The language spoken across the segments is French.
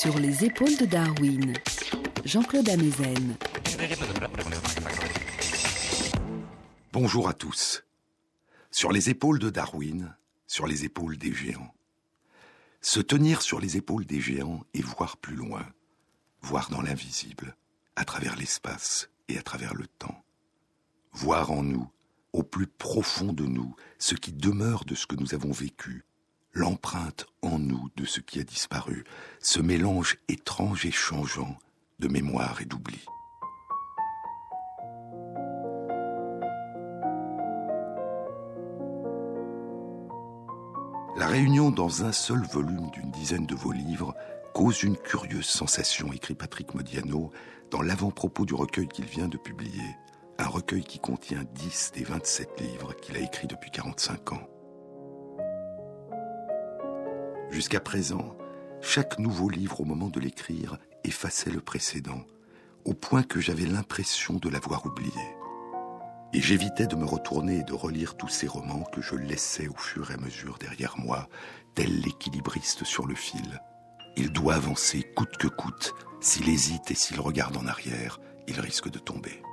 Sur les épaules de Darwin, Jean-Claude Amezen. Bonjour à tous. Sur les épaules de Darwin, sur les épaules des géants. Se tenir sur les épaules des géants et voir plus loin, voir dans l'invisible, à travers l'espace et à travers le temps. Voir en nous, au plus profond de nous, ce qui demeure de ce que nous avons vécu, l'empreinte en nous de ce qui a disparu, ce mélange étrange et changeant de mémoire et d'oubli. La réunion dans un seul volume d'une dizaine de vos livres cause une curieuse sensation, écrit Patrick Modiano dans l'avant-propos du recueil qu'il vient de publier, un recueil qui contient 10 des 27 livres qu'il a écrits depuis 45 ans. Jusqu'à présent, chaque nouveau livre au moment de l'écrire effaçait le précédent, au point que j'avais l'impression de l'avoir oublié. Et j'évitais de me retourner et de relire tous ces romans que je laissais au fur et à mesure derrière moi, tel l'équilibriste sur le fil. Il doit avancer coûte que coûte. S'il hésite et s'il regarde en arrière, il risque de tomber.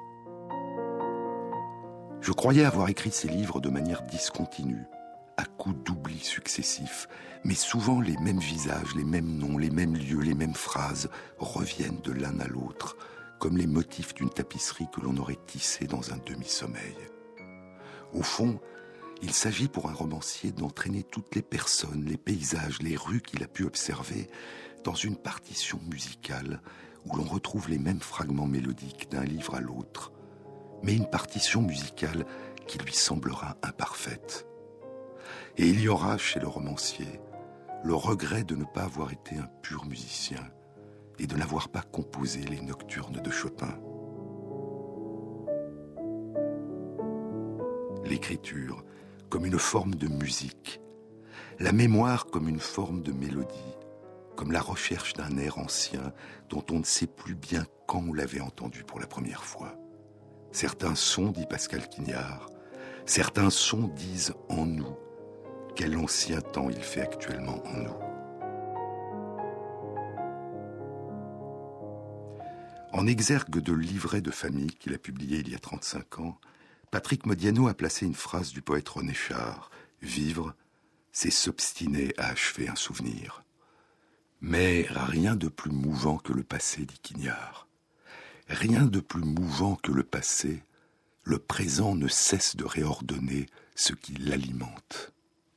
Je croyais avoir écrit ces livres de manière discontinue, à coups d'oubli successifs, mais souvent les mêmes visages, les mêmes noms, les mêmes lieux, les mêmes phrases reviennent de l'un à l'autre, comme les motifs d'une tapisserie que l'on aurait tissée dans un demi-sommeil. Au fond, il s'agit pour un romancier d'entraîner toutes les personnes, les paysages, les rues qu'il a pu observer dans une partition musicale où l'on retrouve les mêmes fragments mélodiques d'un livre à l'autre, mais une partition musicale qui lui semblera imparfaite. Et il y aura chez le romancier le regret de ne pas avoir été un pur musicien et de n'avoir pas composé les nocturnes de Chopin. L'écriture comme une forme de musique, la mémoire comme une forme de mélodie, comme la recherche d'un air ancien dont on ne sait plus bien quand on l'avait entendu pour la première fois. Certains sons, dit Pascal Quignard, certains sons disent en nous quel ancien temps il fait actuellement en nous. En exergue de livret de famille qu'il a publié il y a 35 ans, Patrick Modiano a placé une phrase du poète René Char. « Vivre, c'est s'obstiner à achever un souvenir. » Mais rien de plus mouvant que le passé, dit Quignard. Rien de plus mouvant que le passé, le présent ne cesse de réordonner ce qui l'alimente.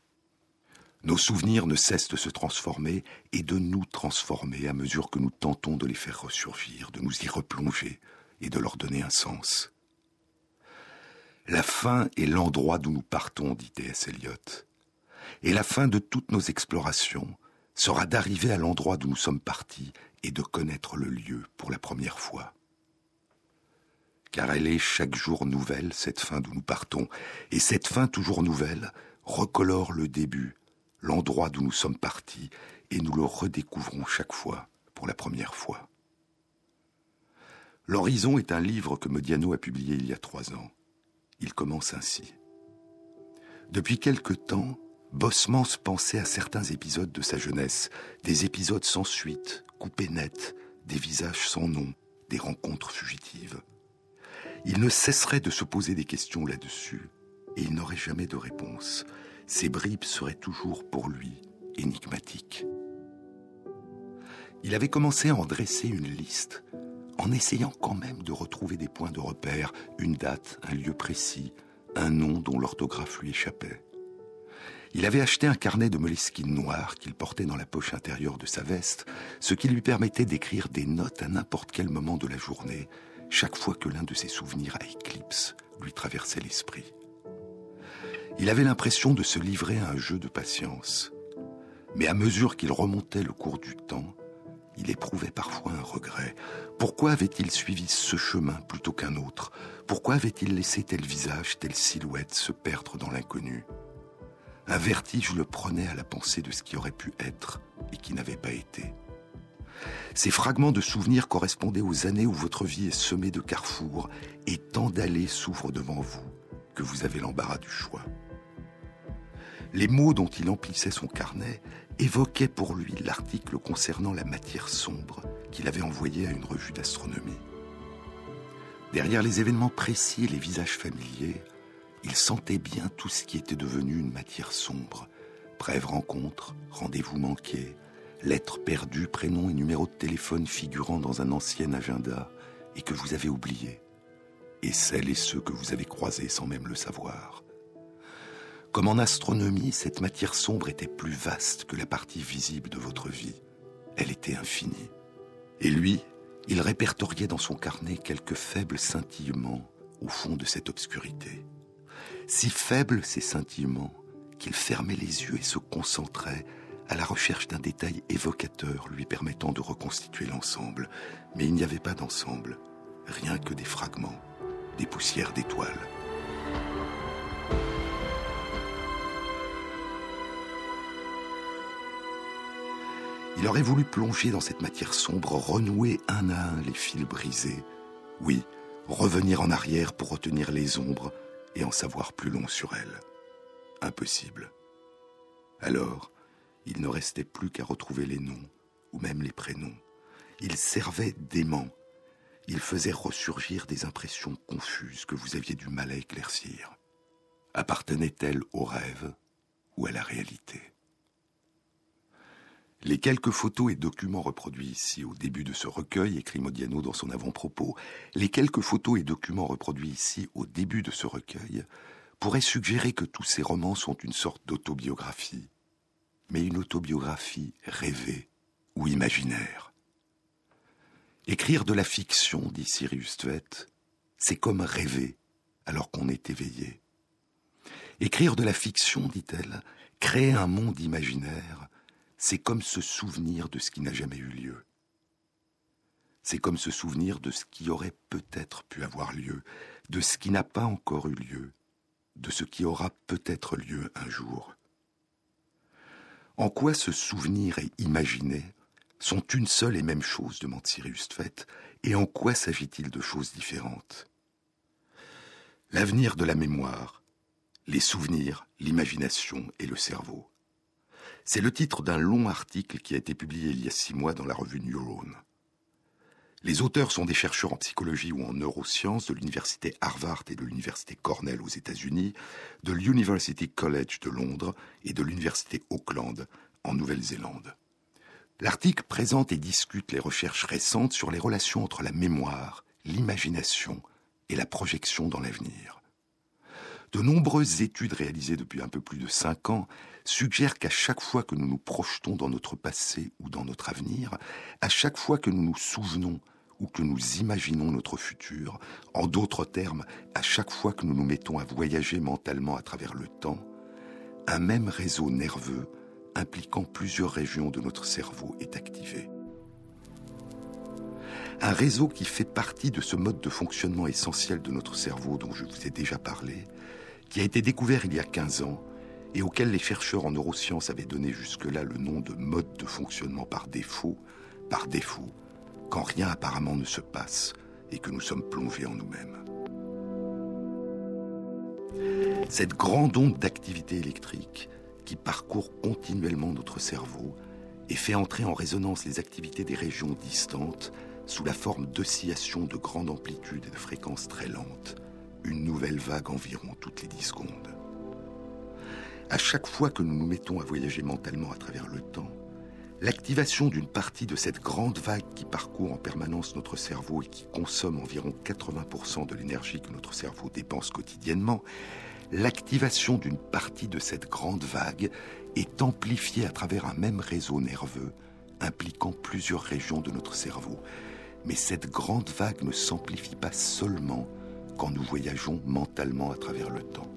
Nos souvenirs ne cessent de se transformer et de nous transformer à mesure que nous tentons de les faire ressurgir, de nous y replonger et de leur donner un sens. La fin est l'endroit d'où nous partons, dit T.S. Eliot. Et la fin de toutes nos explorations sera d'arriver à l'endroit d'où nous sommes partis et de connaître le lieu pour la première fois. Car elle est chaque jour nouvelle, cette fin d'où nous partons, et cette fin toujours nouvelle recolore le début, l'endroit d'où nous sommes partis, et nous le redécouvrons chaque fois pour la première fois. L'Horizon est un livre que Modiano a publié il y a 3 ans. Il commence ainsi. Depuis quelque temps, Bosmans pensait à certains épisodes de sa jeunesse, des épisodes sans suite, coupés nets, des visages sans nom, des rencontres fugitives. Il ne cesserait de se poser des questions là-dessus, et il n'aurait jamais de réponse. Ces bribes seraient toujours pour lui énigmatiques. Il avait commencé à en dresser une liste, en essayant quand même de retrouver des points de repère, une date, un lieu précis, un nom dont l'orthographe lui échappait. Il avait acheté un carnet de moleskine noir qu'il portait dans la poche intérieure de sa veste, ce qui lui permettait d'écrire des notes à n'importe quel moment de la journée, chaque fois que l'un de ses souvenirs à éclipse lui traversait l'esprit. Il avait l'impression de se livrer à un jeu de patience, mais à mesure qu'il remontait le cours du temps, il éprouvait parfois un regret. Pourquoi avait-il suivi ce chemin plutôt qu'un autre ? Pourquoi avait-il laissé tel visage, telle silhouette se perdre dans l'inconnu ? Un vertige le prenait à la pensée de ce qui aurait pu être et qui n'avait pas été. Ces fragments de souvenirs correspondaient aux années où votre vie est semée de carrefours et tant d'allées s'ouvrent devant vous que vous avez l'embarras du choix. Les mots dont il emplissait son carnet évoquaient pour lui l'article concernant la matière sombre qu'il avait envoyé à une revue d'astronomie. Derrière les événements précis et les visages familiers, il sentait bien tout ce qui était devenu une matière sombre. Brèves rencontres, rendez-vous manqués, lettres perdues, prénoms et numéros de téléphone figurant dans un ancien agenda et que vous avez oubliés. Et celles et ceux que vous avez croisés sans même le savoir. Comme en astronomie, cette matière sombre était plus vaste que la partie visible de votre vie. Elle était infinie. Et lui, il répertoriait dans son carnet quelques faibles scintillements au fond de cette obscurité. Si faibles ces scintillements qu'il fermait les yeux et se concentrait à la recherche d'un détail évocateur lui permettant de reconstituer l'ensemble. Mais il n'y avait pas d'ensemble, rien que des fragments, des poussières d'étoiles. Il aurait voulu plonger dans cette matière sombre, renouer un à un les fils brisés. Oui, revenir en arrière pour retenir les ombres et en savoir plus long sur elles. Impossible. Alors, il ne restait plus qu'à retrouver les noms, ou même les prénoms. Il servait d'aimant. Il faisait ressurgir des impressions confuses que vous aviez du mal à éclaircir. Appartenaient-elles au rêve ou à la réalité ? Les quelques photos et documents reproduits ici au début de ce recueil, écrit Modiano dans son avant-propos, les quelques photos et documents reproduits ici au début de ce recueil pourraient suggérer que tous ces romans sont une sorte d'autobiographie, mais une autobiographie rêvée ou imaginaire. Écrire de la fiction, dit Sirius Tvedt, c'est comme rêver alors qu'on est éveillé. Écrire de la fiction, dit-elle, créer un monde imaginaire, c'est comme se souvenir de ce qui n'a jamais eu lieu. C'est comme se souvenir de ce qui aurait peut-être pu avoir lieu, de ce qui n'a pas encore eu lieu, de ce qui aura peut-être lieu un jour. En quoi se souvenir et imaginer sont une seule et même chose, demande Sirius Tvedt, et en quoi s'agit-il de choses différentes ? L'avenir de la mémoire, les souvenirs, l'imagination et le cerveau. C'est le titre d'un long article qui a été publié il y a 6 mois dans la revue Neuron. Les auteurs sont des chercheurs en psychologie ou en neurosciences de l'université Harvard et de l'université Cornell aux États-Unis, de l'University College de Londres et de l'université Auckland en Nouvelle-Zélande. L'article présente et discute les recherches récentes sur les relations entre la mémoire, l'imagination et la projection dans l'avenir. De nombreuses études réalisées depuis un peu plus de 5 ans suggèrent qu'à chaque fois que nous nous projetons dans notre passé ou dans notre avenir, à chaque fois que nous nous souvenons ou que nous imaginons notre futur, en d'autres termes, à chaque fois que nous nous mettons à voyager mentalement à travers le temps, un même réseau nerveux impliquant plusieurs régions de notre cerveau est activé. Un réseau qui fait partie de ce mode de fonctionnement essentiel de notre cerveau dont je vous ai déjà parlé, qui a été découvert il y a 15 ans et auquel les chercheurs en neurosciences avaient donné jusque-là le nom de mode de fonctionnement par défaut, quand rien apparemment ne se passe et que nous sommes plongés en nous-mêmes. Cette grande onde d'activité électrique qui parcourt continuellement notre cerveau et fait entrer en résonance les activités des régions distantes sous la forme d'oscillations de grande amplitude et de fréquences très lentes, une nouvelle vague environ toutes les 10 secondes. À chaque fois que nous nous mettons à voyager mentalement à travers le temps, l'activation d'une partie de cette grande vague qui parcourt en permanence notre cerveau et qui consomme environ 80% de l'énergie que notre cerveau dépense quotidiennement, l'activation d'une partie de cette grande vague est amplifiée à travers un même réseau nerveux impliquant plusieurs régions de notre cerveau. Mais cette grande vague ne s'amplifie pas seulement quand nous voyageons mentalement à travers le temps.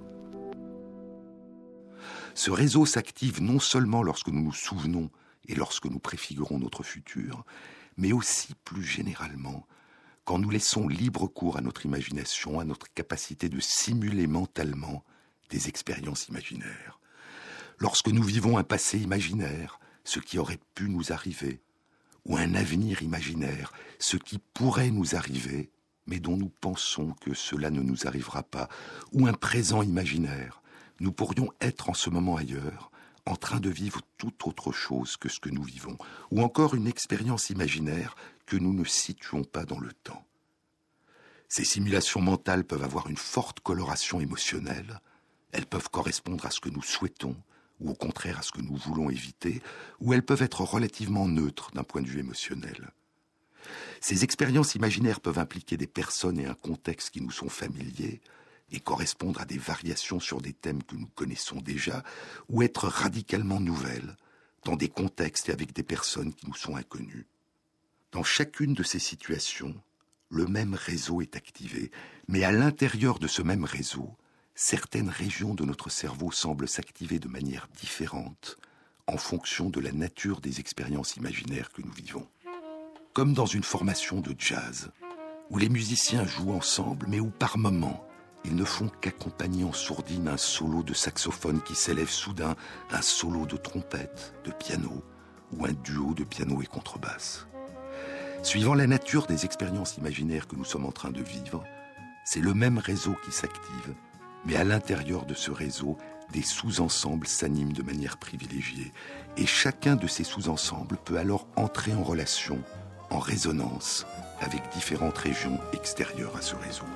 Ce réseau s'active non seulement lorsque nous nous souvenons et lorsque nous préfigurons notre futur, mais aussi plus généralement quand nous laissons libre cours à notre imagination, à notre capacité de simuler mentalement des expériences imaginaires. Lorsque nous vivons un passé imaginaire, ce qui aurait pu nous arriver, ou un avenir imaginaire, ce qui pourrait nous arriver, mais dont nous pensons que cela ne nous arrivera pas, ou un présent imaginaire, nous pourrions être en ce moment ailleurs, en train de vivre tout autre chose que ce que nous vivons, ou encore une expérience imaginaire que nous ne situons pas dans le temps. Ces simulations mentales peuvent avoir une forte coloration émotionnelle, elles peuvent correspondre à ce que nous souhaitons, ou au contraire à ce que nous voulons éviter, ou elles peuvent être relativement neutres d'un point de vue émotionnel. Ces expériences imaginaires peuvent impliquer des personnes et un contexte qui nous sont familiers, et correspondre à des variations sur des thèmes que nous connaissons déjà, ou être radicalement nouvelles, dans des contextes et avec des personnes qui nous sont inconnues. Dans chacune de ces situations, le même réseau est activé, mais à l'intérieur de ce même réseau, certaines régions de notre cerveau semblent s'activer de manière différente en fonction de la nature des expériences imaginaires que nous vivons. Comme dans une formation de jazz, où les musiciens jouent ensemble, mais où par moments, ils ne font qu'accompagner en sourdine un solo de saxophone qui s'élève soudain, un solo de trompette, de piano, ou un duo de piano et contrebasse. Suivant la nature des expériences imaginaires que nous sommes en train de vivre, c'est le même réseau qui s'active, mais à l'intérieur de ce réseau, des sous-ensembles s'animent de manière privilégiée, et chacun de ces sous-ensembles peut alors entrer en relation, en résonance, avec différentes régions extérieures à ce réseau.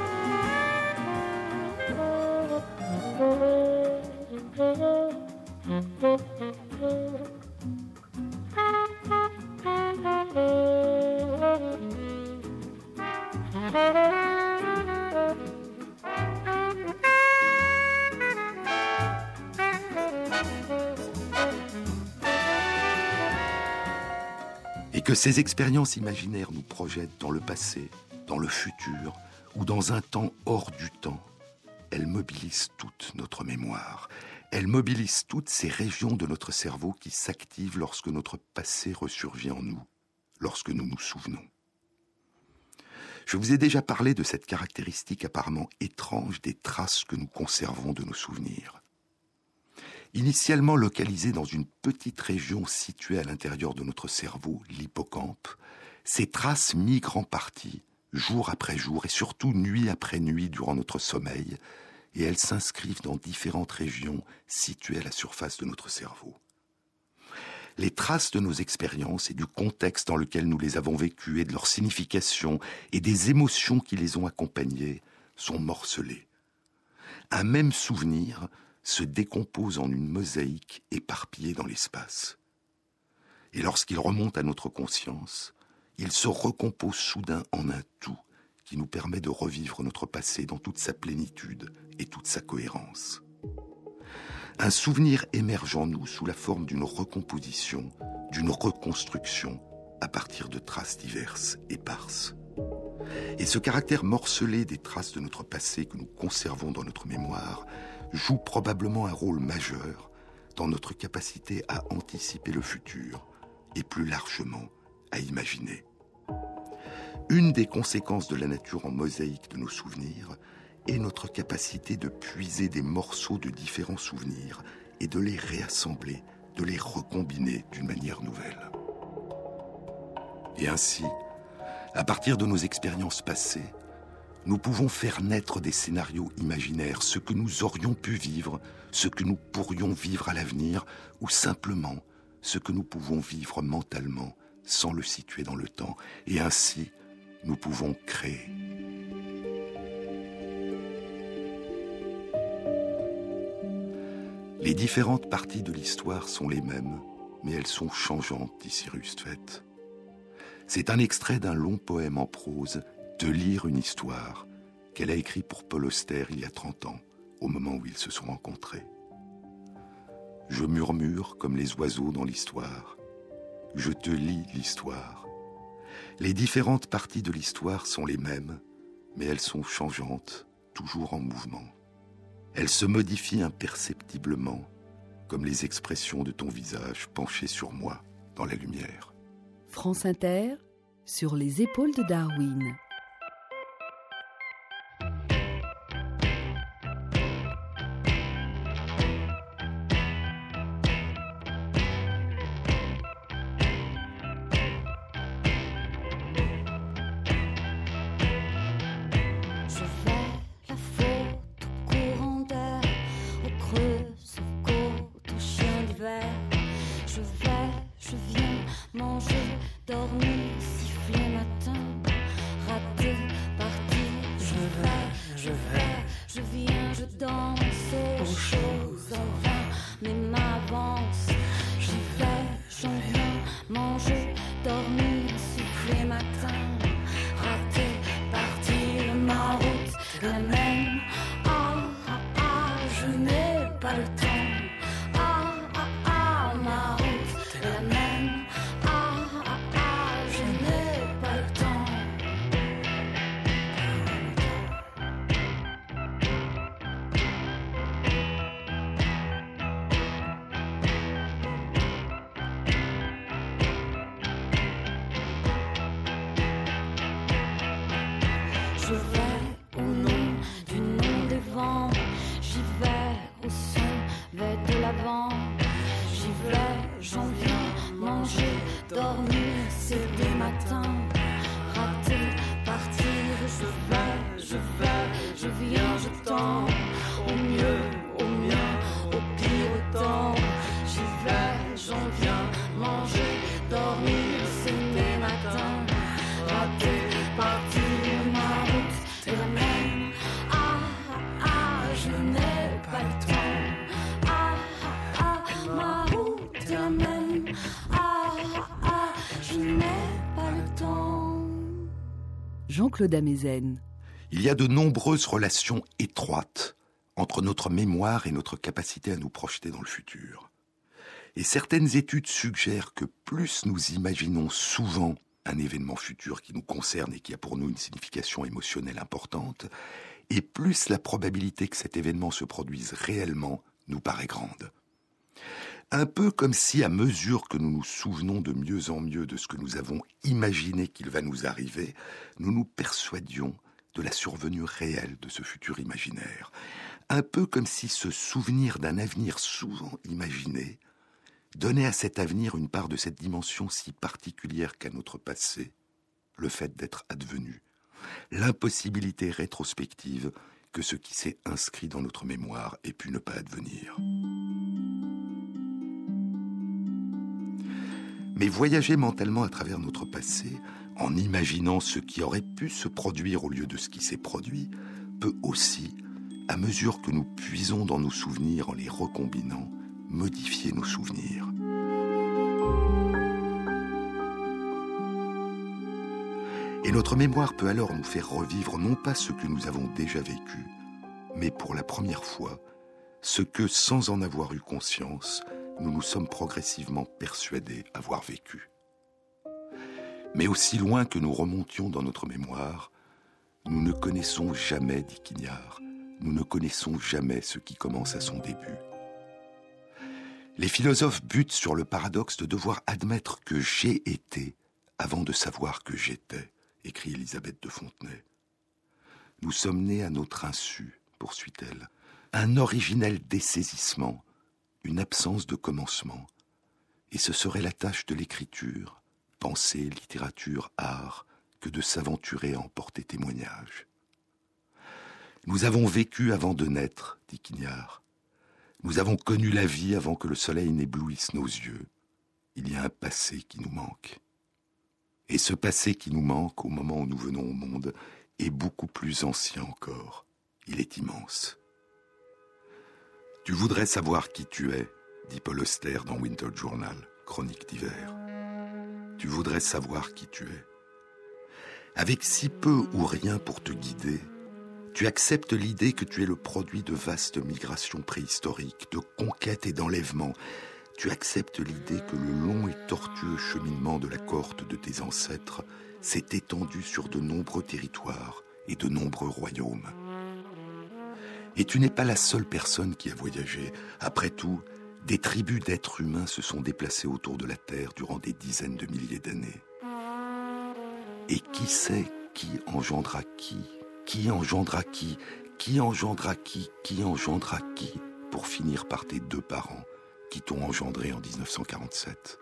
Et que ces expériences imaginaires nous projettent dans le passé, dans le futur ou dans un temps hors du temps, elles mobilisent toute notre mémoire. Elles mobilisent toutes ces régions de notre cerveau qui s'activent lorsque notre passé ressurgit en nous, lorsque nous nous souvenons. Je vous ai déjà parlé de cette caractéristique apparemment étrange des traces que nous conservons de nos souvenirs. Initialement localisées dans une petite région située à l'intérieur de notre cerveau, l'hippocampe, ces traces migrent en partie, jour après jour et surtout nuit après nuit durant notre sommeil, et elles s'inscrivent dans différentes régions situées à la surface de notre cerveau. Les traces de nos expériences et du contexte dans lequel nous les avons vécues et de leur signification et des émotions qui les ont accompagnées sont morcelées. Un même souvenir se décompose en une mosaïque éparpillée dans l'espace. Et lorsqu'il remonte à notre conscience, il se recompose soudain en un tout qui nous permet de revivre notre passé dans toute sa plénitude et toute sa cohérence. Un souvenir émerge en nous sous la forme d'une recomposition, d'une reconstruction à partir de traces diverses, éparses. Et ce caractère morcelé des traces de notre passé que nous conservons dans notre mémoire joue probablement un rôle majeur dans notre capacité à anticiper le futur et plus largement à imaginer. Une des conséquences de la nature en mosaïque de nos souvenirs est notre capacité de puiser des morceaux de différents souvenirs et de les réassembler, de les recombiner d'une manière nouvelle. Et ainsi, à partir de nos expériences passées, nous pouvons faire naître des scénarios imaginaires, ce que nous aurions pu vivre, ce que nous pourrions vivre à l'avenir, ou simplement ce que nous pouvons vivre mentalement sans le situer dans le temps. Et ainsi, nous pouvons créer. Les différentes parties de l'histoire sont les mêmes, mais elles sont changeantes, dit Cyrus Tvet. C'est un extrait d'un long poème en prose, De lire une histoire, qu'elle a écrit pour Paul Auster il y a 30 ans, au moment où ils se sont rencontrés. Je murmure comme les oiseaux dans l'histoire. Je te lis l'histoire. Les différentes parties de l'histoire sont les mêmes, mais elles sont changeantes, toujours en mouvement. Elles se modifient imperceptiblement, comme les expressions de ton visage penché sur moi dans la lumière. France Inter, sur les épaules de Darwin. Je fais la faute au courant d'air, au je viens manger, dormir, siffler matin, rater, partir, je viens, je danse aux choses en vain, mes mains avancent, j'y vais, j'en viens, manger, dormir, siffler matin, rater, partir, ma route est la même, je n'ai pas le temps. Je vais au nom du nom des vents, j'y vais au son, vais de l'avant, j'y vais, j'en viens, manger, dormir, c'est des matins, rater, partir, je viens, je tends, au mieux, au mien, au pire autant, j'y vais, j'en viens, manger, dormir, c'est des matins, rater, partir. C'est la même, je n'ai pas le temps, ma route est la même, je n'ai pas le temps. Jean-Claude Amezen. Il y a de nombreuses relations étroites entre notre mémoire et notre capacité à nous projeter dans le futur. Et certaines études suggèrent que plus nous imaginons souvent un événement futur qui nous concerne et qui a pour nous une signification émotionnelle importante, et plus la probabilité que cet événement se produise réellement nous paraît grande. Un peu comme si, à mesure que nous nous souvenons de mieux en mieux de ce que nous avons imaginé qu'il va nous arriver, nous nous persuadions de la survenue réelle de ce futur imaginaire. Un peu comme si ce souvenir d'un avenir souvent imaginé donnait à cet avenir une part de cette dimension si particulière qu'à notre passé, le fait d'être advenu, l'impossibilité rétrospective que ce qui s'est inscrit dans notre mémoire ait pu ne pas advenir. Mais voyager mentalement à travers notre passé, en imaginant ce qui aurait pu se produire au lieu de ce qui s'est produit, peut aussi, à mesure que nous puisons dans nos souvenirs en les recombinant, modifier nos souvenirs. Et notre mémoire peut alors nous faire revivre non pas ce que nous avons déjà vécu, mais pour la première fois, ce que, sans en avoir eu conscience, nous nous sommes progressivement persuadés avoir vécu. Mais aussi loin que nous remontions dans notre mémoire, nous ne connaissons jamais, dit Quignard, nous ne connaissons jamais ce qui commence à son début. Les philosophes butent sur le paradoxe de devoir admettre que j'ai été avant de savoir que j'étais, écrit Élisabeth de Fontenay. Nous sommes nés à notre insu, poursuit-elle, un originel dessaisissement, une absence de commencement, et ce serait la tâche de l'écriture, pensée, littérature, art, que de s'aventurer à en porter témoignage. Nous avons vécu avant de naître, dit Quignard. Nous avons connu la vie avant que le soleil n'éblouisse nos yeux. Il y a un passé qui nous manque. Et ce passé qui nous manque au moment où nous venons au monde est beaucoup plus ancien encore. Il est immense. Tu voudrais savoir qui tu es, dit Paul Auster dans Winter Journal, chronique d'hiver. Tu voudrais savoir qui tu es. Avec si peu ou rien pour te guider, tu acceptes l'idée que tu es le produit de vastes migrations préhistoriques, de conquêtes et d'enlèvements. Tu acceptes l'idée que le long et tortueux cheminement de la cohorte de tes ancêtres s'est étendu sur de nombreux territoires et de nombreux royaumes. Et tu n'es pas la seule personne qui a voyagé. Après tout, des tribus d'êtres humains se sont déplacées autour de la Terre durant des dizaines de milliers d'années. Et qui sait qui engendra qui ? Qui engendra qui ? Qui engendra qui ? Qui engendra qui ? Pour finir par tes deux parents qui t'ont engendré en 1947.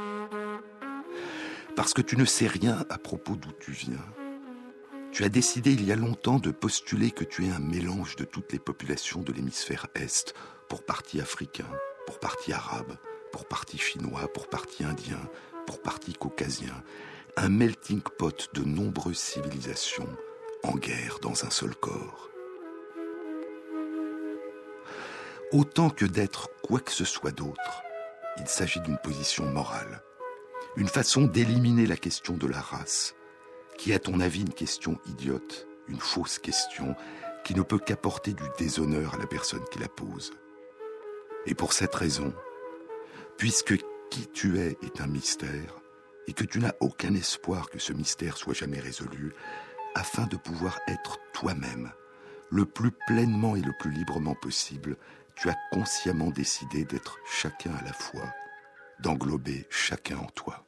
Parce que tu ne sais rien à propos d'où tu viens. Tu as décidé il y a longtemps de postuler que tu es un mélange de toutes les populations de l'hémisphère Est, pour partie africain, pour partie arabe, pour partie chinois, pour partie indien, pour partie caucasien, un melting pot de nombreuses civilisations en guerre dans un seul corps. Autant que d'être quoi que ce soit d'autre, il s'agit d'une position morale, une façon d'éliminer la question de la race, qui est à ton avis une question idiote, une fausse question, qui ne peut qu'apporter du déshonneur à la personne qui la pose. Et pour cette raison, puisque qui tu es est un mystère, et que tu n'as aucun espoir que ce mystère soit jamais résolu, afin de pouvoir être toi-même, le plus pleinement et le plus librement possible, tu as consciemment décidé d'être chacun à la fois, d'englober chacun en toi.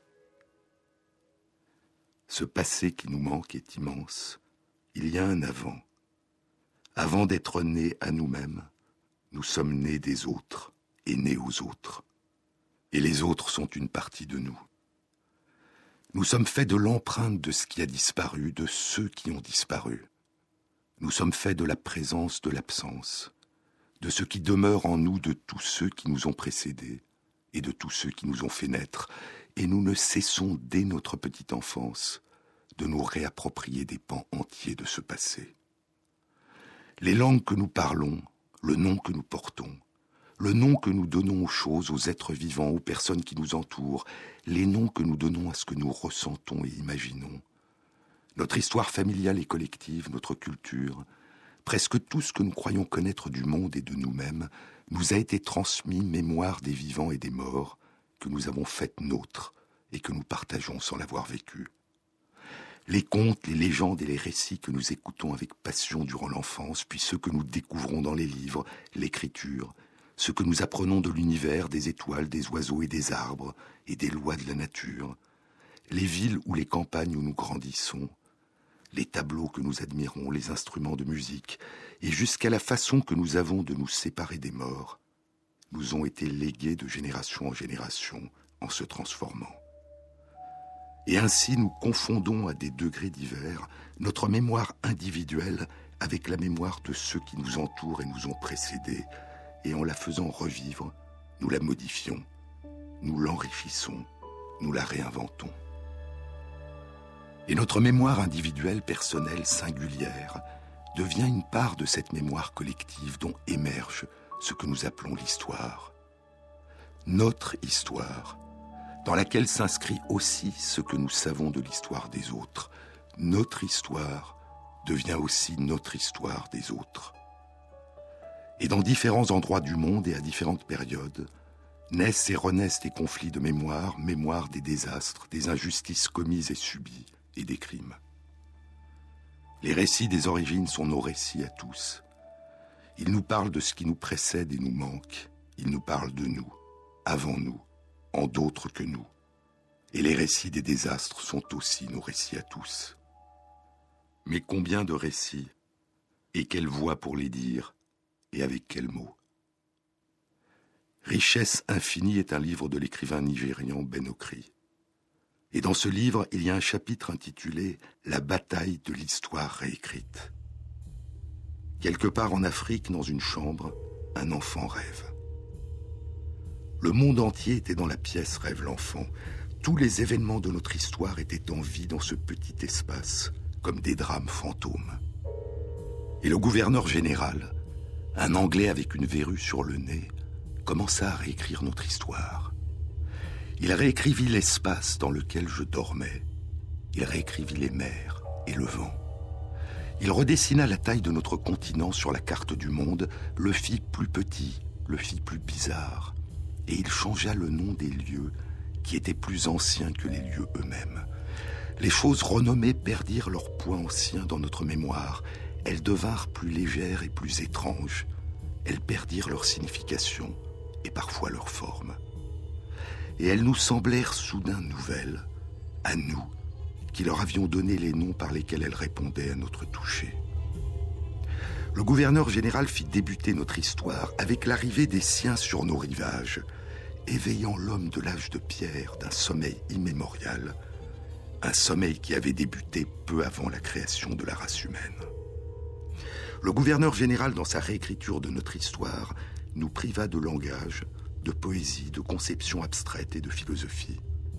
Ce passé qui nous manque est immense. Il y a un avant. Avant d'être nés à nous-mêmes, nous sommes nés des autres et nés aux autres. Et les autres sont une partie de nous. Nous sommes faits de l'empreinte de ce qui a disparu, de ceux qui ont disparu. Nous sommes faits de la présence, de l'absence, de ce qui demeure en nous de tous ceux qui nous ont précédés et de tous ceux qui nous ont fait naître. Et nous ne cessons, dès notre petite enfance, de nous réapproprier des pans entiers de ce passé. Les langues que nous parlons, le nom que nous portons, le nom que nous donnons aux choses, aux êtres vivants, aux personnes qui nous entourent, les noms que nous donnons à ce que nous ressentons et imaginons, notre histoire familiale et collective, notre culture, presque tout ce que nous croyons connaître du monde et de nous-mêmes, nous a été transmis mémoire des vivants et des morts que nous avons faites nôtres et que nous partageons sans l'avoir vécu. Les contes, les légendes et les récits que nous écoutons avec passion durant l'enfance, puis ceux que nous découvrons dans les livres, l'écriture, ce que nous apprenons de l'univers, des étoiles, des oiseaux et des arbres, et des lois de la nature, les villes ou les campagnes où nous grandissons, les tableaux que nous admirons, les instruments de musique, et jusqu'à la façon que nous avons de nous séparer des morts, nous ont été légués de génération en génération en se transformant. Et ainsi nous confondons à des degrés divers notre mémoire individuelle avec la mémoire de ceux qui nous entourent et nous ont précédés, et en la faisant revivre, nous la modifions, nous l'enrichissons, nous la réinventons. Et notre mémoire individuelle, personnelle, singulière, devient une part de cette mémoire collective dont émerge ce que nous appelons l'histoire. Notre histoire, dans laquelle s'inscrit aussi ce que nous savons de l'histoire des autres. Notre histoire devient aussi notre histoire des autres. Et dans différents endroits du monde et à différentes périodes, naissent et renaissent des conflits de mémoire, mémoire des désastres, des injustices commises et subies, et des crimes. Les récits des origines sont nos récits à tous. Ils nous parlent de ce qui nous précède et nous manque. Ils nous parlent de nous, avant nous, en d'autres que nous. Et les récits des désastres sont aussi nos récits à tous. Mais combien de récits, et quelle voix pour les dire, et avec quels mots? Richesse infinie est un livre de l'écrivain nigérian Ben Okri. Et dans ce livre, il y a un chapitre intitulé « La bataille de l'histoire réécrite ». Quelque part en Afrique, dans une chambre, un enfant rêve. Le monde entier était dans la pièce, rêve l'enfant. Tous les événements de notre histoire étaient en vie dans ce petit espace, comme des drames fantômes. Et le gouverneur général, un Anglais avec une verrue sur le nez, commença à réécrire notre histoire. Il réécrivit l'espace dans lequel je dormais. Il réécrivit les mers et le vent. Il redessina la taille de notre continent sur la carte du monde, le fit plus petit, le fit plus bizarre. Et il changea le nom des lieux qui étaient plus anciens que les lieux eux-mêmes. Les choses renommées perdirent leur poids ancien dans notre mémoire. Elles devinrent plus légères et plus étranges. Elles perdirent leur signification et parfois leur forme. Et elles nous semblèrent soudain nouvelles, à nous, qui leur avions donné les noms par lesquels elles répondaient à notre toucher. Le gouverneur général fit débuter notre histoire avec l'arrivée des siens sur nos rivages, éveillant l'homme de l'âge de pierre d'un sommeil immémorial, un sommeil qui avait débuté peu avant la création de la race humaine. Le gouverneur général, dans sa réécriture de notre histoire, nous priva de langage, de poésie, de conception abstraite et de philosophie.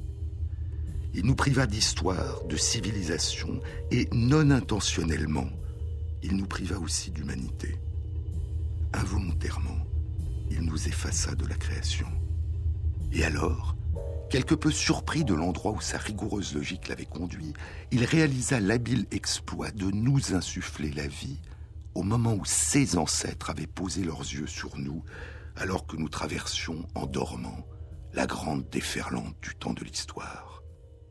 Il nous priva d'histoire, de civilisation, et non intentionnellement, il nous priva aussi d'humanité. Involontairement, il nous effaça de la création. Et alors, quelque peu surpris de l'endroit où sa rigoureuse logique l'avait conduit, il réalisa l'habile exploit de nous insuffler la vie au moment où ses ancêtres avaient posé leurs yeux sur nous, alors que nous traversions, en dormant, la grande déferlante du temps de l'histoire.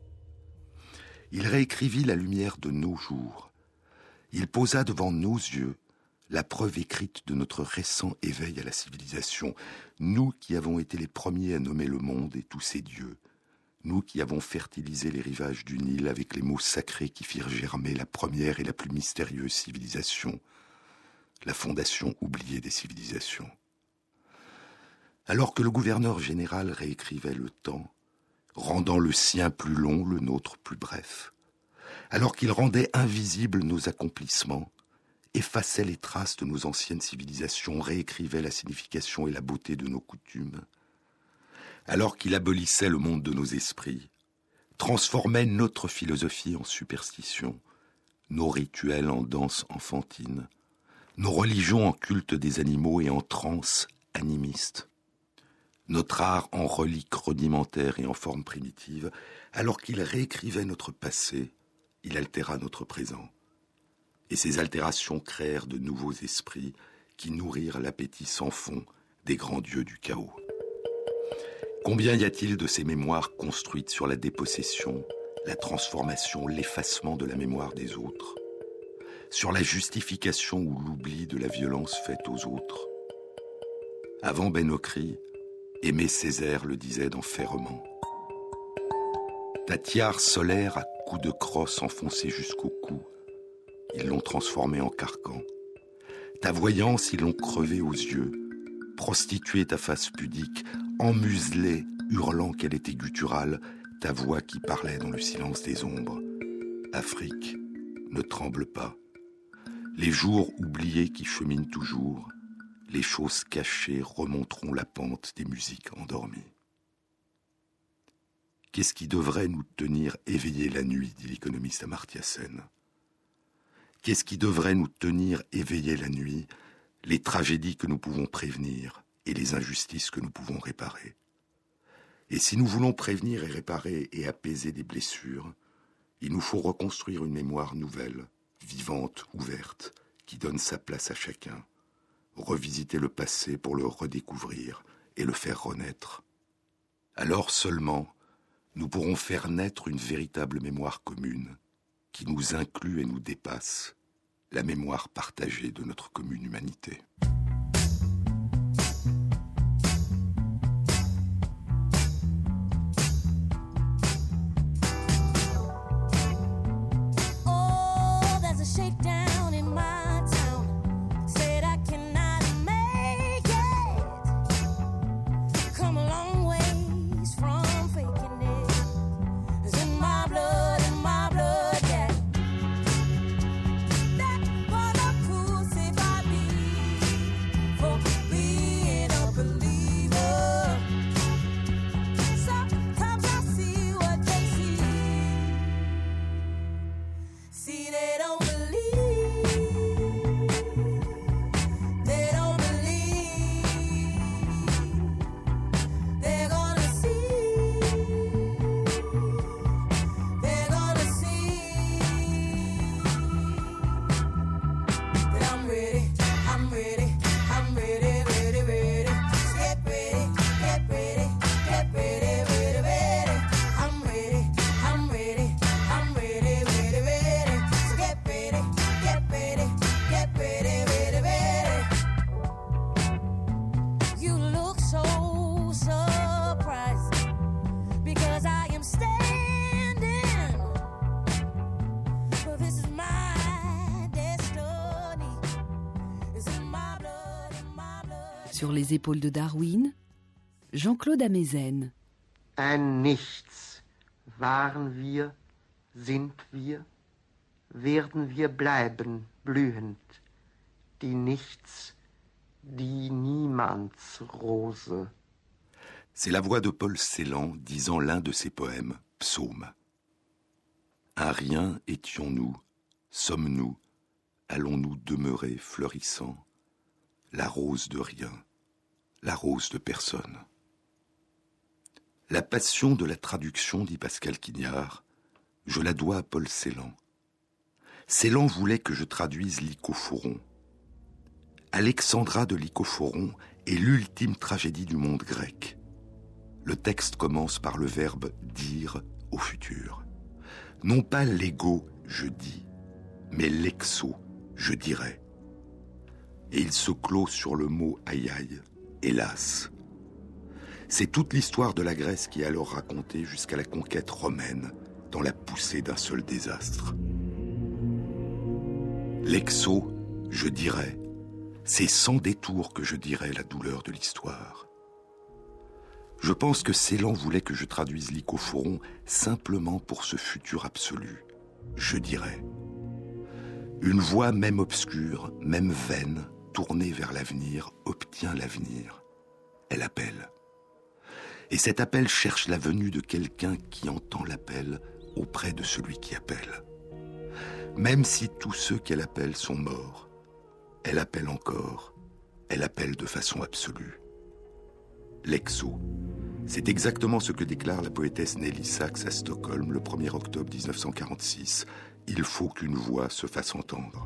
Il réécrivit la lumière de nos jours. Il posa devant nos yeux la preuve écrite de notre récent éveil à la civilisation, nous qui avons été les premiers à nommer le monde et tous ses dieux, nous qui avons fertilisé les rivages du Nil avec les mots sacrés qui firent germer la première et la plus mystérieuse civilisation, la fondation oubliée des civilisations. Alors que le gouverneur général réécrivait le temps, rendant le sien plus long, le nôtre plus bref, alors qu'il rendait invisibles nos accomplissements, effaçait les traces de nos anciennes civilisations, réécrivait la signification et la beauté de nos coutumes, alors qu'il abolissait le monde de nos esprits, transformait notre philosophie en superstition, nos rituels en danse enfantine, nos religions en culte des animaux et en transe animiste, notre art en reliques rudimentaires et en forme primitive, alors qu'il réécrivait notre passé, il altéra notre présent. Et ces altérations créèrent de nouveaux esprits qui nourrirent l'appétit sans fond des grands dieux du chaos. Combien y a-t-il de ces mémoires construites sur la dépossession, la transformation, l'effacement de la mémoire des autres, sur la justification ou l'oubli de la violence faite aux autres. Avant Ben Okri, Aimé Césaire le disait dans Ferrement. Ta tiare solaire à coups de crosse enfoncée jusqu'au cou, ils l'ont transformée en carcan. Ta voyance, ils l'ont crevée aux yeux, prostituée ta face pudique, emmuselée, hurlant qu'elle était gutturale, ta voix qui parlait dans le silence des ombres. Afrique, ne tremble pas. Les jours oubliés qui cheminent toujours, les choses cachées remonteront la pente des musiques endormies. Qu'est-ce qui devrait nous tenir éveillés la nuit, dit l'économiste Amartya Sen. Qu'est-ce qui devrait nous tenir éveillés la nuit? Les tragédies que nous pouvons prévenir et les injustices que nous pouvons réparer. Et si nous voulons prévenir et réparer et apaiser des blessures, il nous faut reconstruire une mémoire nouvelle, vivante, ouverte, qui donne sa place à chacun. Revisiter le passé pour le redécouvrir et le faire renaître. Alors seulement, nous pourrons faire naître une véritable mémoire commune, qui nous inclut et nous dépasse, la mémoire partagée de notre commune humanité. Sur les épaules de Darwin, Jean-Claude Amezen. Ein Nichts waren wir, sind wir, werden wir bleiben, blühend, die Nichts, die Niemandsrose. C'est la voix de Paul Celan disant l'un de ses poèmes, Psaume. Un rien étions-nous, sommes-nous, allons-nous demeurer fleurissants, la rose de rien, la rose de personne. La passion de la traduction, dit Pascal Quignard, je la dois à Paul Celan. Celan voulait que je traduise Lycophoron. Alexandra de Lycophoron est l'ultime tragédie du monde grec. Le texte commence par le verbe « dire » au futur. Non pas l'ego, je dis, mais l'exo, je dirais. Et il se clôt sur le mot « aïe aïe », hélas. C'est toute l'histoire de la Grèce qui est alors racontée jusqu'à la conquête romaine, dans la poussée d'un seul désastre. L'exo, je dirais, c'est sans détour que je dirais la douleur de l'histoire. Je pense que Celan voulait que je traduise Lycophoron simplement pour ce futur absolu, je dirais. Une voix même obscure, même vaine, tournée vers l'avenir, obtient l'avenir. Elle appelle. Et cet appel cherche la venue de quelqu'un qui entend l'appel auprès de celui qui appelle. Même si tous ceux qu'elle appelle sont morts, elle appelle encore, elle appelle de façon absolue. L'exo, c'est exactement ce que déclare la poétesse Nelly Sachs à Stockholm le 1er octobre 1946. Il faut qu'une voix se fasse entendre.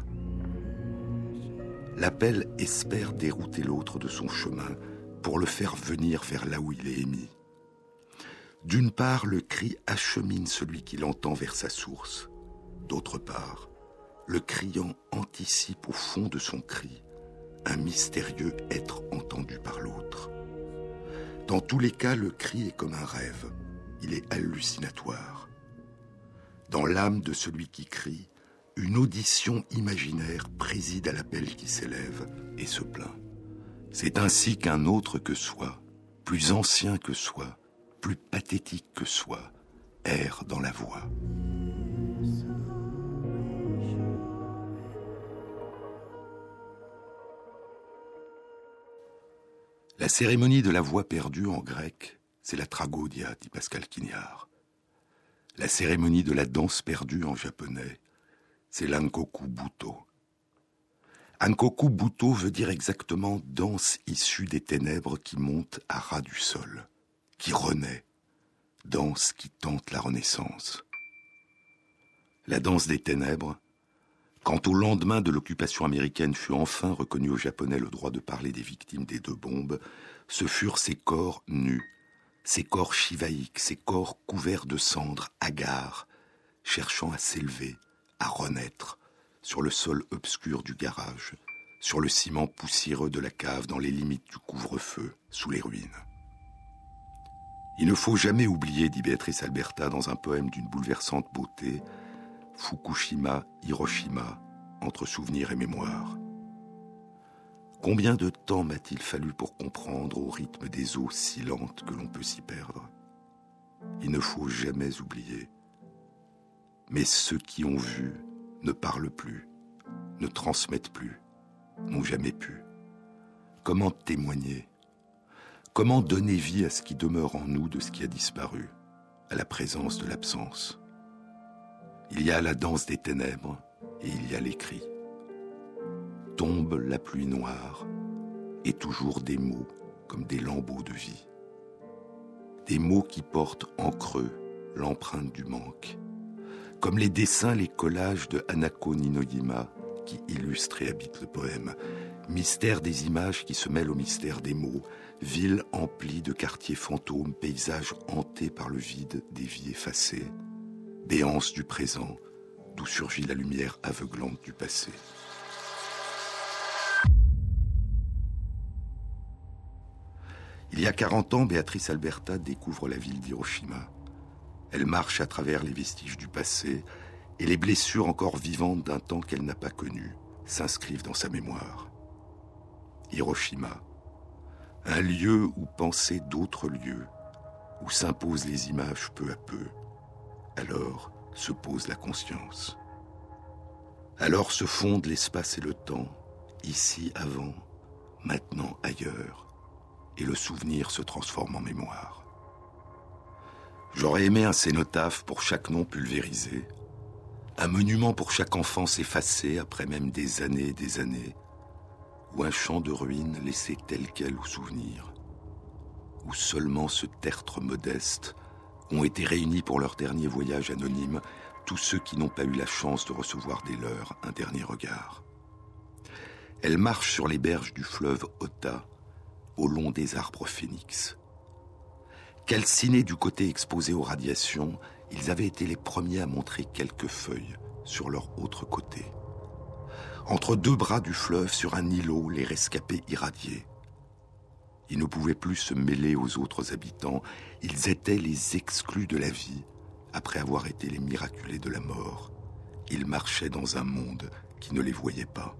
L'appel espère dérouter l'autre de son chemin pour le faire venir vers là où il est émis. D'une part, le cri achemine celui qui l'entend vers sa source. D'autre part, le criant anticipe au fond de son cri un mystérieux être entendu par l'autre. Dans tous les cas, le cri est comme un rêve. Il est hallucinatoire. Dans l'âme de celui qui crie, une audition imaginaire préside à l'appel qui s'élève et se plaint. C'est ainsi qu'un autre que soi, plus ancien que soi, plus pathétique que soi, erre dans la voix. La cérémonie de la voix perdue en grec, c'est la tragodia, dit Pascal Quignard. La cérémonie de la danse perdue en japonais, c'est l'Ankoku Buto. Ankoku Buto veut dire exactement danse issue des ténèbres qui monte à ras du sol, qui renaît, danse qui tente la renaissance. La danse des ténèbres, quand au lendemain de l'occupation américaine fut enfin reconnu aux Japonais le droit de parler des victimes des 2 bombes, ce furent ces corps nus, ces corps shivaïques, ces corps couverts de cendres, hagards, cherchant à s'élever, à renaître, sur le sol obscur du garage, sur le ciment poussiéreux de la cave, dans les limites du couvre-feu, sous les ruines. Il ne faut jamais oublier, dit Béatrice Alberta dans un poème d'une bouleversante beauté, Fukushima, Hiroshima, entre souvenirs et mémoire. Combien de temps m'a-t-il fallu pour comprendre au rythme des eaux si lentes que l'on peut s'y perdre? Il ne faut jamais oublier. Mais ceux qui ont vu ne parlent plus, ne transmettent plus, n'ont jamais pu. Comment témoigner? Comment donner vie à ce qui demeure en nous de ce qui a disparu, à la présence de l'absence? Il y a la danse des ténèbres et il y a les cris. Tombe la pluie noire et toujours des mots comme des lambeaux de vie. Des mots qui portent en creux l'empreinte du manque. Comme les dessins, les collages de Hanako Ninoyima qui illustrent et habitent le poème. Mystère des images qui se mêlent au mystère des mots. Ville emplie de quartiers fantômes, paysages hantés par le vide des vies effacées. Béance du présent, d'où surgit la lumière aveuglante du passé. Il y a 40 ans, Béatrice Alberta découvre la ville d'Hiroshima. Elle marche à travers les vestiges du passé et les blessures encore vivantes d'un temps qu'elle n'a pas connu s'inscrivent dans sa mémoire. Hiroshima, un lieu où penser d'autres lieux, où s'imposent les images peu à peu. Alors se pose la conscience. Alors se fondent l'espace et le temps, ici avant, maintenant ailleurs. et le souvenir se transforme en mémoire. J'aurais aimé un cénotaphe pour chaque nom pulvérisé, un monument pour chaque enfance effacée après même des années, ou un champ de ruines laissé tel quel au souvenir, où seulement ce tertre modeste ont été réunis pour leur dernier voyage anonyme tous ceux qui n'ont pas eu la chance de recevoir des leurs un dernier regard. Elle marche sur les berges du fleuve Ota, au long des arbres phénix. Calcinés du côté exposé aux radiations, ils avaient été les premiers à montrer quelques feuilles sur leur autre côté. Entre deux bras du fleuve, sur un îlot, les rescapés irradiaient. Ils ne pouvaient plus se mêler aux autres habitants. Ils étaient les exclus de la vie, après avoir été les miraculés de la mort. Ils marchaient dans un monde qui ne les voyait pas.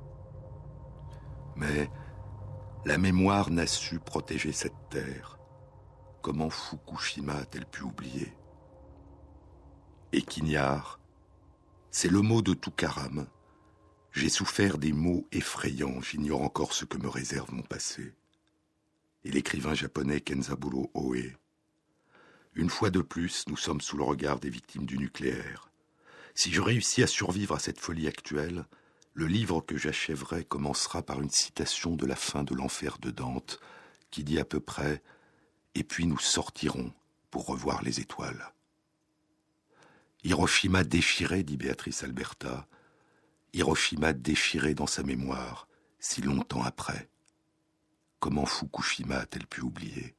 Mais la mémoire n'a su protéger cette terre. Comment Fukushima a-t-elle pu oublier? Et Quignard, c'est le mot de Toukaram. J'ai souffert des maux effrayants, j'ignore encore ce que me réserve mon passé. Et l'écrivain japonais Kenzaburo Oe. Une fois de plus, nous sommes sous le regard des victimes du nucléaire. Si je réussis à survivre à cette folie actuelle, le livre que j'achèverai commencera par une citation de la fin de l'enfer de Dante, qui dit à peu près « Et puis nous sortirons pour revoir les étoiles ». Hiroshima déchiré, dit Béatrice Alberta, Hiroshima déchiré dans sa mémoire, si longtemps après. Comment Fukushima a-t-elle pu oublier?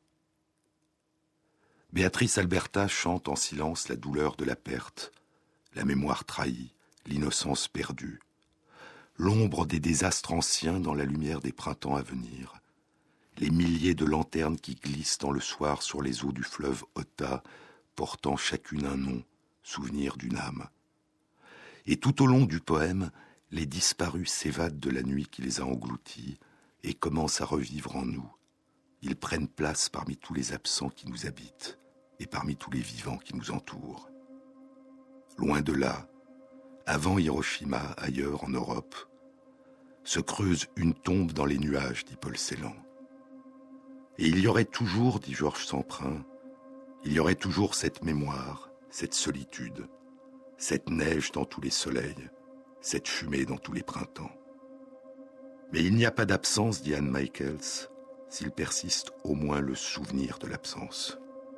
Béatrice Alberta chante en silence la douleur de la perte, la mémoire trahie, l'innocence perdue, l'ombre des désastres anciens dans la lumière des printemps à venir, les milliers de lanternes qui glissent dans le soir sur les eaux du fleuve Ota, portant chacune un nom, souvenir d'une âme. Et tout au long du poème, les disparus s'évadent de la nuit qui les a engloutis et commencent à revivre en nous. Ils prennent place parmi tous les absents qui nous habitent et parmi tous les vivants qui nous entourent. Loin de là, avant Hiroshima, ailleurs en Europe, se creuse une tombe dans les nuages, dit Paul Celan. Et il y aurait toujours, dit Georges Samprin, il y aurait toujours cette mémoire, cette solitude, cette neige dans tous les soleils, cette fumée dans tous les printemps. Mais il n'y a pas d'absence, dit Anne Michaels, s'il persiste au moins le souvenir de l'absence.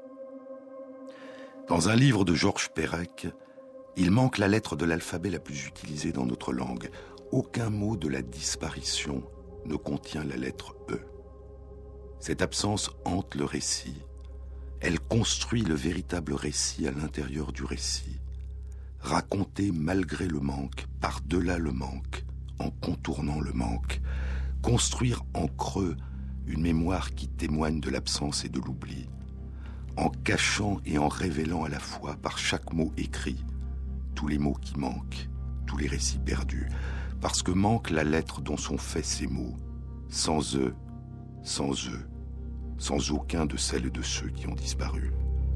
Dans un livre de Georges Perec, il manque la lettre de l'alphabet la plus utilisée dans notre langue. Aucun mot de la disparition ne contient la lettre E. Cette absence hante le récit. Elle construit le véritable récit à l'intérieur du récit. Raconter malgré le manque, par-delà le manque, en contournant le manque. Construire en creux une mémoire qui témoigne de l'absence et de l'oubli. En cachant et en révélant à la fois par chaque mot écrit tous les mots qui manquent, tous les récits perdus. Parce que manque la lettre dont sont faits ces mots. Sans eux, sans aucun de celles et de ceux qui ont disparu.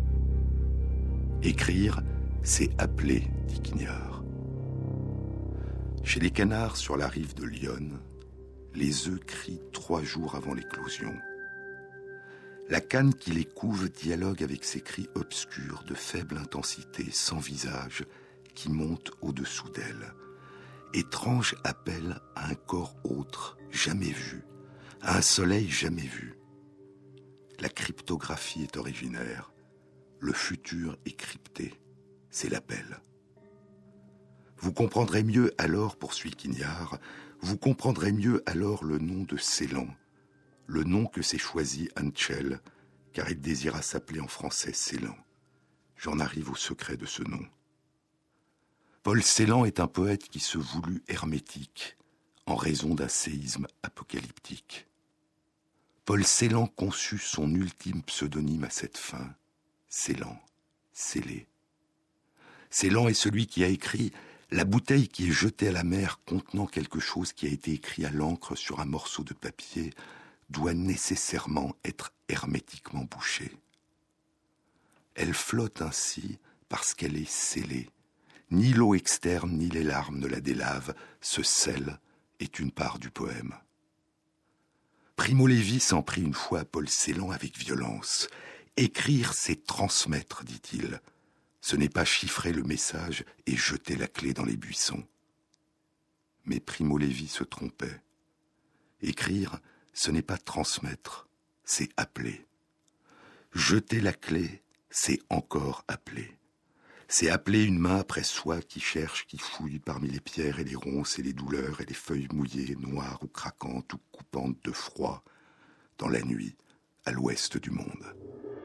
Écrire, c'est appeler, dit Quignard. Chez les canards sur la rive de l'Yonne, les œufs crient 3 jours avant l'éclosion. La canne qui les couve dialogue avec ces cris obscurs de faible intensité, sans visage, qui montent au-dessous d'elle. Étrange appel à un corps autre, jamais vu, à un soleil jamais vu. La cryptographie est originaire, le futur est crypté, c'est l'appel. Vous comprendrez mieux alors, poursuit Quignard, vous comprendrez mieux alors le nom de Celan, le nom que s'est choisi Hantschel, car il désira s'appeler en français Celan. J'en arrive au secret de ce nom. Paul Celan est un poète qui se voulut hermétique en raison d'un séisme apocalyptique. Paul Celan conçut son ultime pseudonyme à cette fin, Celan, scellé. Celan est celui qui a écrit « La bouteille qui est jetée à la mer contenant quelque chose qui a été écrit à l'encre sur un morceau de papier doit nécessairement être hermétiquement bouchée. Elle flotte ainsi parce qu'elle est scellée. Ni l'eau externe ni les larmes ne la délavent. Ce sel est une part du poème. Primo Levi s'en prit une fois à Paul Celan avec violence. « Écrire, c'est transmettre, dit-il. Ce n'est pas chiffrer le message et jeter la clé dans les buissons. » Mais Primo Levi se trompait. Écrire, ce n'est pas transmettre, c'est appeler. Jeter la clé, c'est encore appeler. C'est appeler une main après soi qui cherche, qui fouille parmi les pierres et les ronces et les douleurs et les feuilles mouillées, noires ou craquantes ou coupantes de froid, dans la nuit, à l'ouest du monde.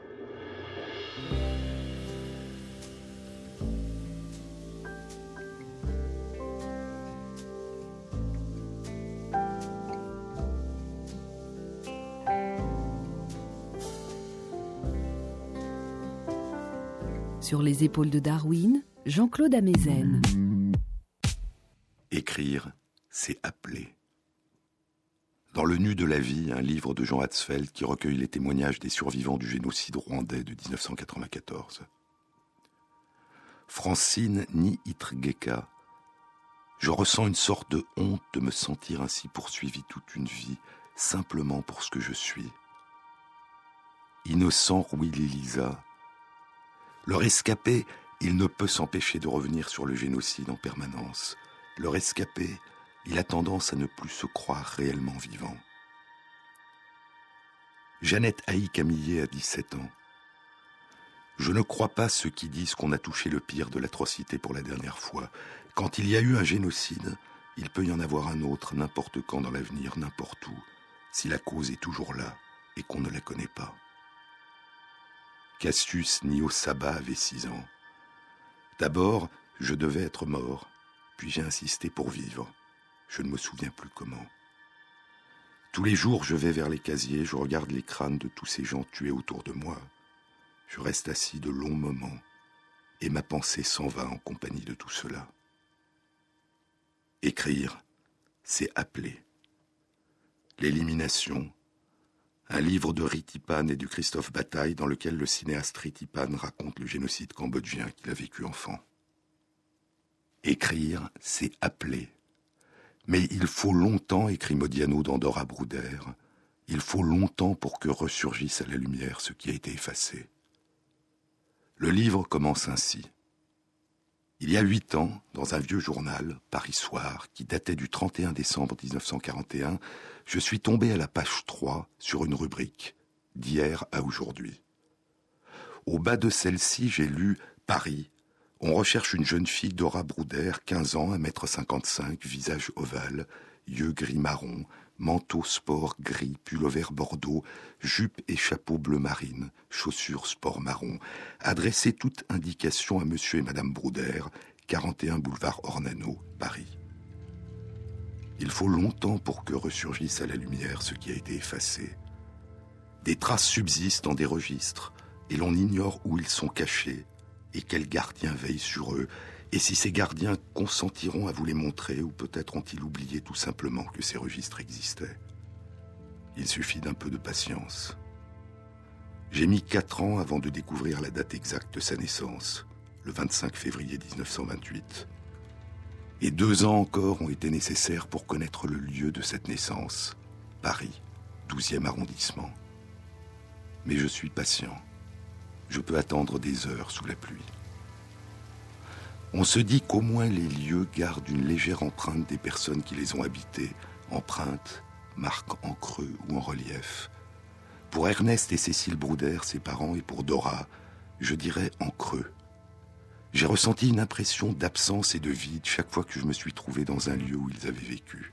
Sur les épaules de Darwin, Jean-Claude Amezen. Écrire, c'est appeler. Dans Le Nu de la vie, un livre de Jean Hatzfeld qui recueille les témoignages des survivants du génocide rwandais de 1994. Francine Nihitrgeka, je ressens une sorte de honte de me sentir ainsi poursuivi toute une vie, simplement pour ce que je suis. Innocent Rwili Lisa, le rescapé, il ne peut s'empêcher de revenir sur le génocide en permanence. Le rescapé, il a tendance à ne plus se croire réellement vivant. Jeannette Haï-Camillet a 17 ans. Je ne crois pas ceux qui disent qu'on a touché le pire de l'atrocité pour la dernière fois. Quand il y a eu un génocide, il peut y en avoir un autre n'importe quand dans l'avenir, n'importe où, si la cause est toujours là et qu'on ne la connaît pas. Cassius Nio-Saba avait 6 ans. D'abord, je devais être mort, puis j'ai insisté pour vivre. Je ne me souviens plus comment. Tous les jours, je vais vers les casiers, je regarde les crânes de tous ces gens tués autour de moi. Je reste assis de longs moments, et ma pensée s'en va en compagnie de tout cela. Écrire, c'est appeler. L'élimination, un livre de Ritipan et du Christophe Bataille dans lequel le cinéaste Ritipan raconte le génocide cambodgien qu'il a vécu enfant. Écrire, c'est appeler. Mais il faut longtemps, écrit Modiano dans Dora Bruder, il faut longtemps pour que ressurgisse à la lumière ce qui a été effacé. Le livre commence ainsi. Il y a 8 ans, dans un vieux journal, Paris Soir, qui datait du 31 décembre 1941, je suis tombé à la page 3 sur une rubrique, d'hier à aujourd'hui. Au bas de celle-ci, j'ai lu « Paris ». On recherche une jeune fille, Dora Bruder, 15 ans, 1m55, visage ovale, yeux gris-marron, manteau sport gris, pullover bordeaux, jupe et chapeau bleu marine, chaussures sport marron, adressez toute indication à monsieur et madame Bruder, 41 boulevard Ornano, Paris. Il faut longtemps pour que ressurgisse à la lumière ce qui a été effacé. Des traces subsistent dans des registres, et l'on ignore où ils sont cachés, et quels gardiens veillent sur eux, et si ces gardiens consentiront à vous les montrer, ou peut-être ont-ils oublié tout simplement que ces registres existaient. Il suffit d'un peu de patience. J'ai mis 4 ans avant de découvrir la date exacte de sa naissance, le 25 février 1928. Et 2 ans encore ont été nécessaires pour connaître le lieu de cette naissance, Paris, 12e arrondissement. Mais je suis patient. Je peux attendre des heures sous la pluie. On se dit qu'au moins les lieux gardent une légère empreinte des personnes qui les ont habités, empreinte, marque en creux ou en relief. Pour Ernest et Cécile Bruder, ses parents, et pour Dora, je dirais en creux. J'ai ressenti une impression d'absence et de vide chaque fois que je me suis trouvé dans un lieu où ils avaient vécu.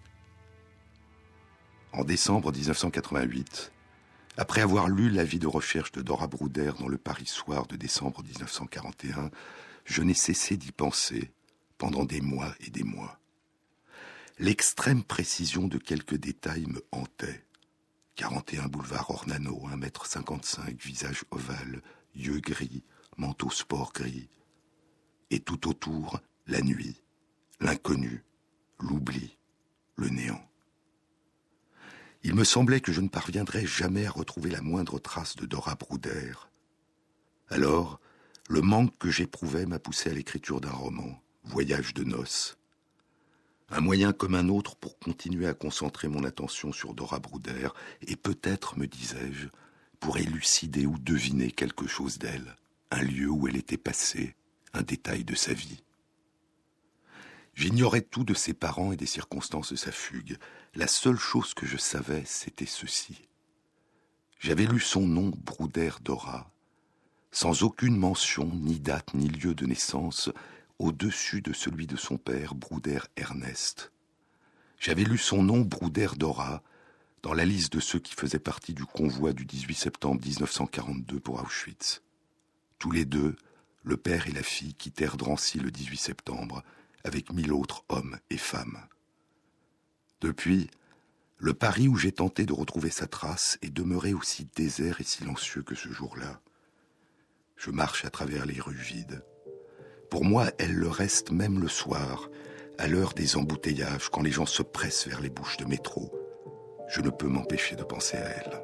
En décembre 1988, après avoir lu l'avis de recherche de Dora Bruder dans le Paris Soir de décembre 1941, je n'ai cessé d'y penser pendant des mois et des mois. L'extrême précision de quelques détails me hantait. 41 boulevard Ornano, 1m55, visage ovale, yeux gris, manteau sport gris. Et tout autour, la nuit, l'inconnu, l'oubli, le néant. Il me semblait que je ne parviendrais jamais à retrouver la moindre trace de Dora Bruder. Alors, le manque que j'éprouvais m'a poussé à l'écriture d'un roman, Voyage de noces. Un moyen comme un autre pour continuer à concentrer mon attention sur Dora Bruder et peut-être, me disais-je, pour élucider ou deviner quelque chose d'elle, un lieu où elle était passée, un détail de sa vie. J'ignorais tout de ses parents et des circonstances de sa fugue. La seule chose que je savais, c'était ceci. J'avais lu son nom, Bruder Dora, sans aucune mention, ni date, ni lieu de naissance, au-dessus de celui de son père, Bruder Ernest. J'avais lu son nom, Bruder Dora, dans la liste de ceux qui faisaient partie du convoi du 18 septembre 1942 pour Auschwitz. Tous les deux, le père et la fille, quittèrent Drancy le 18 septembre, avec 1000 autres hommes et femmes. Depuis, le Paris où j'ai tenté de retrouver sa trace est demeuré aussi désert et silencieux que ce jour-là. Je marche à travers les rues vides. Pour moi, elle le reste même le soir, à l'heure des embouteillages, quand les gens se pressent vers les bouches de métro. Je ne peux m'empêcher de penser à elle.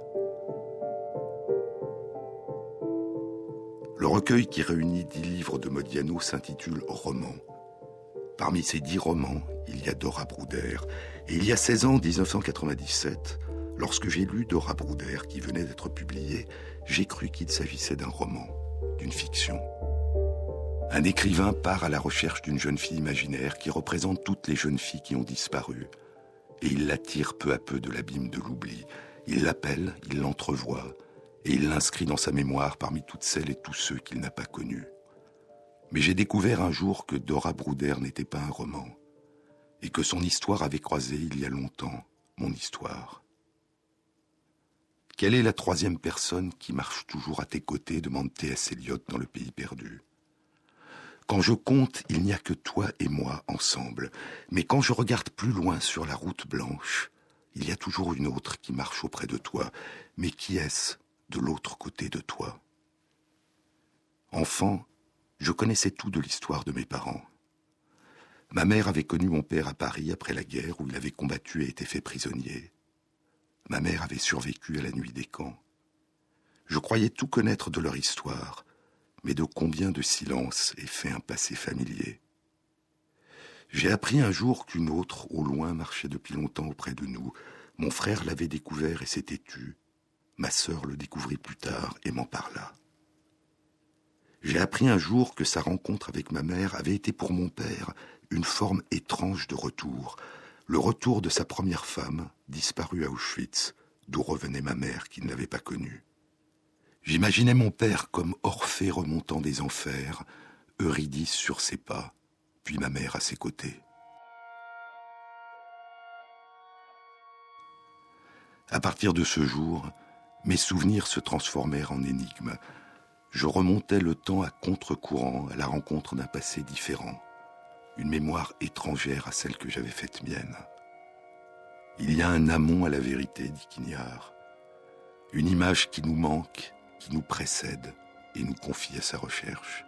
Le recueil qui réunit 10 livres de Modiano s'intitule « Romans ». Parmi ces 10 romans, il y a Dora Bruder. Et il y a 16 ans, en 1997, lorsque j'ai lu Dora Bruder, qui venait d'être publié, j'ai cru qu'il s'agissait d'un roman, d'une fiction. Un écrivain part à la recherche d'une jeune fille imaginaire qui représente toutes les jeunes filles qui ont disparu. Et il la tire peu à peu de l'abîme de l'oubli. Il l'appelle, il l'entrevoit, et il l'inscrit dans sa mémoire parmi toutes celles et tous ceux qu'il n'a pas connus. Mais j'ai découvert un jour que Dora Bruder n'était pas un roman, et que son histoire avait croisé il y a longtemps mon histoire. Quelle est la troisième personne qui marche toujours à tes côtés, demande T.S. Eliot dans Le Pays perdu. Quand je compte, il n'y a que toi et moi ensemble, mais quand je regarde plus loin sur la route blanche, il y a toujours une autre qui marche auprès de toi. Mais qui est-ce de l'autre côté de toi? Enfant, je connaissais tout de l'histoire de mes parents. Ma mère avait connu mon père à Paris après la guerre où il avait combattu et été fait prisonnier. Ma mère avait survécu à la nuit des camps. Je croyais tout connaître de leur histoire, mais de combien de silence est fait un passé familier. J'ai appris un jour qu'une autre, au loin, marchait depuis longtemps auprès de nous. Mon frère l'avait découvert et s'était tu. Ma sœur le découvrit plus tard et m'en parla. J'ai appris un jour que sa rencontre avec ma mère avait été pour mon père une forme étrange de retour, le retour de sa première femme, disparue à Auschwitz, d'où revenait ma mère qui ne l'avait pas connue. J'imaginais mon père comme Orphée remontant des enfers, Eurydice sur ses pas, puis ma mère à ses côtés. À partir de ce jour, mes souvenirs se transformèrent en énigmes. Je remontais le temps à contre-courant, à la rencontre d'un passé différent, une mémoire étrangère à celle que j'avais faite mienne. Il y a un amont à la vérité, dit Quignard, une image qui nous manque, qui nous précède et nous confie à sa recherche.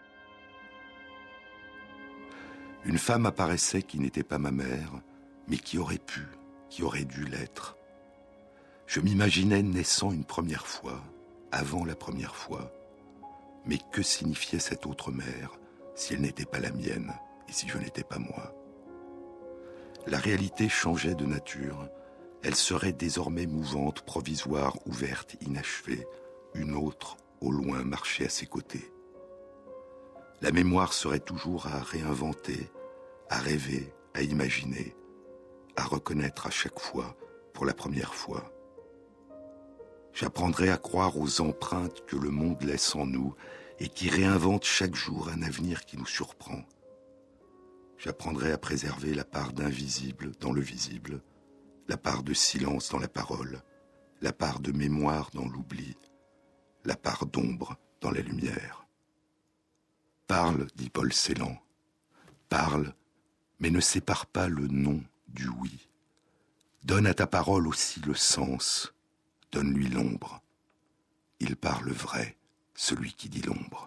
Une femme apparaissait qui n'était pas ma mère, mais qui aurait pu, qui aurait dû l'être. Je m'imaginais naissant une première fois, avant la première fois. Mais que signifiait cette autre mère si elle n'était pas la mienne et si je n'étais pas moi? La réalité changeait de nature. Elle serait désormais mouvante, provisoire, ouverte, inachevée. Une autre, au loin, marchait à ses côtés. La mémoire serait toujours à réinventer, à rêver, à imaginer, à reconnaître à chaque fois, pour la première fois. J'apprendrai à croire aux empreintes que le monde laisse en nous et qui réinventent chaque jour un avenir qui nous surprend. J'apprendrai à préserver la part d'invisible dans le visible, la part de silence dans la parole, la part de mémoire dans l'oubli, la part d'ombre dans la lumière. Parle, dit Paul Celan, parle, mais ne sépare pas le non du oui. Donne à ta parole aussi le sens, donne-lui l'ombre. Il parle vrai, celui qui dit l'ombre.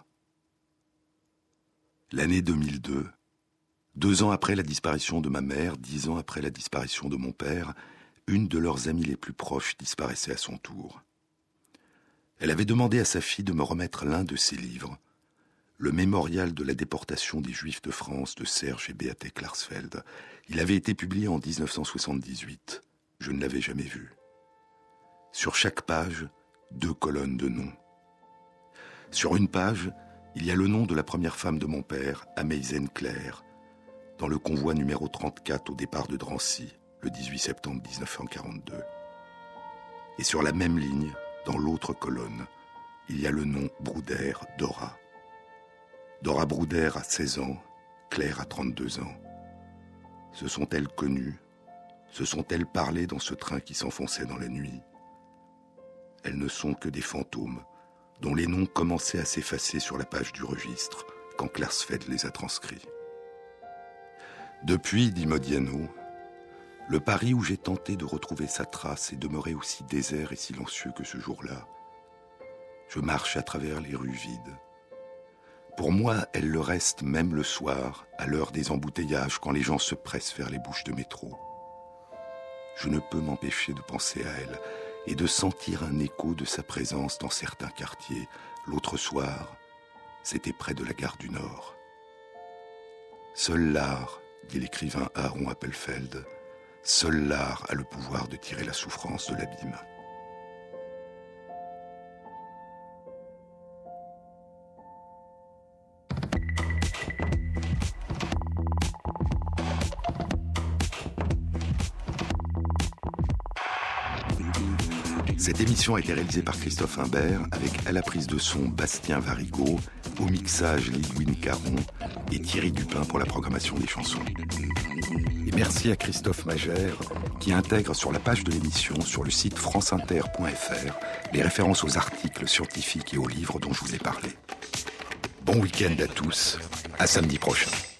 L'année 2002, 2 ans après la disparition de ma mère, 10 ans après la disparition de mon père, une de leurs amies les plus proches disparaissait à son tour. Elle avait demandé à sa fille de me remettre l'un de ses livres. le mémorial de la déportation des Juifs de France de Serge et Beate Klarsfeld. Il avait été publié en 1978. Je ne l'avais jamais vu. Sur chaque page, 2 colonnes de noms. Sur une page, il y a le nom de la première femme de mon père, Ameisen Claire, dans le convoi numéro 34 au départ de Drancy, le 18 septembre 1942. Et sur la même ligne, dans l'autre colonne, il y a le nom Brouder Dora. Dora Brouder a 16 ans, Claire a 32 ans. Se sont-elles connues? Se sont-elles parlées dans ce train qui s'enfonçait dans la nuit? Elles ne sont que des fantômes, dont les noms commençaient à s'effacer sur la page du registre, quand Klarsfeld les a transcrits. Depuis, dit Modiano, le Paris où j'ai tenté de retrouver sa trace est demeuré aussi désert et silencieux que ce jour-là. Je marche à travers les rues vides. Pour moi, elle le reste même le soir, à l'heure des embouteillages, quand les gens se pressent vers les bouches de métro. Je ne peux m'empêcher de penser à elle et de sentir un écho de sa présence dans certains quartiers. L'autre soir, c'était près de la gare du Nord. Seul l'art, dit l'écrivain Aaron Appelfeld, seul l'art a le pouvoir de tirer la souffrance de l'abîme. Cette émission a été réalisée par Christophe Imbert, avec à la prise de son Bastien Varigot, au mixage Lidwin Caron et Thierry Dupin pour la programmation des chansons. Et merci à Christophe Magère, qui intègre sur la page de l'émission, sur le site franceinter.fr, les références aux articles scientifiques et aux livres dont je vous ai parlé. Bon week-end à tous, à samedi prochain.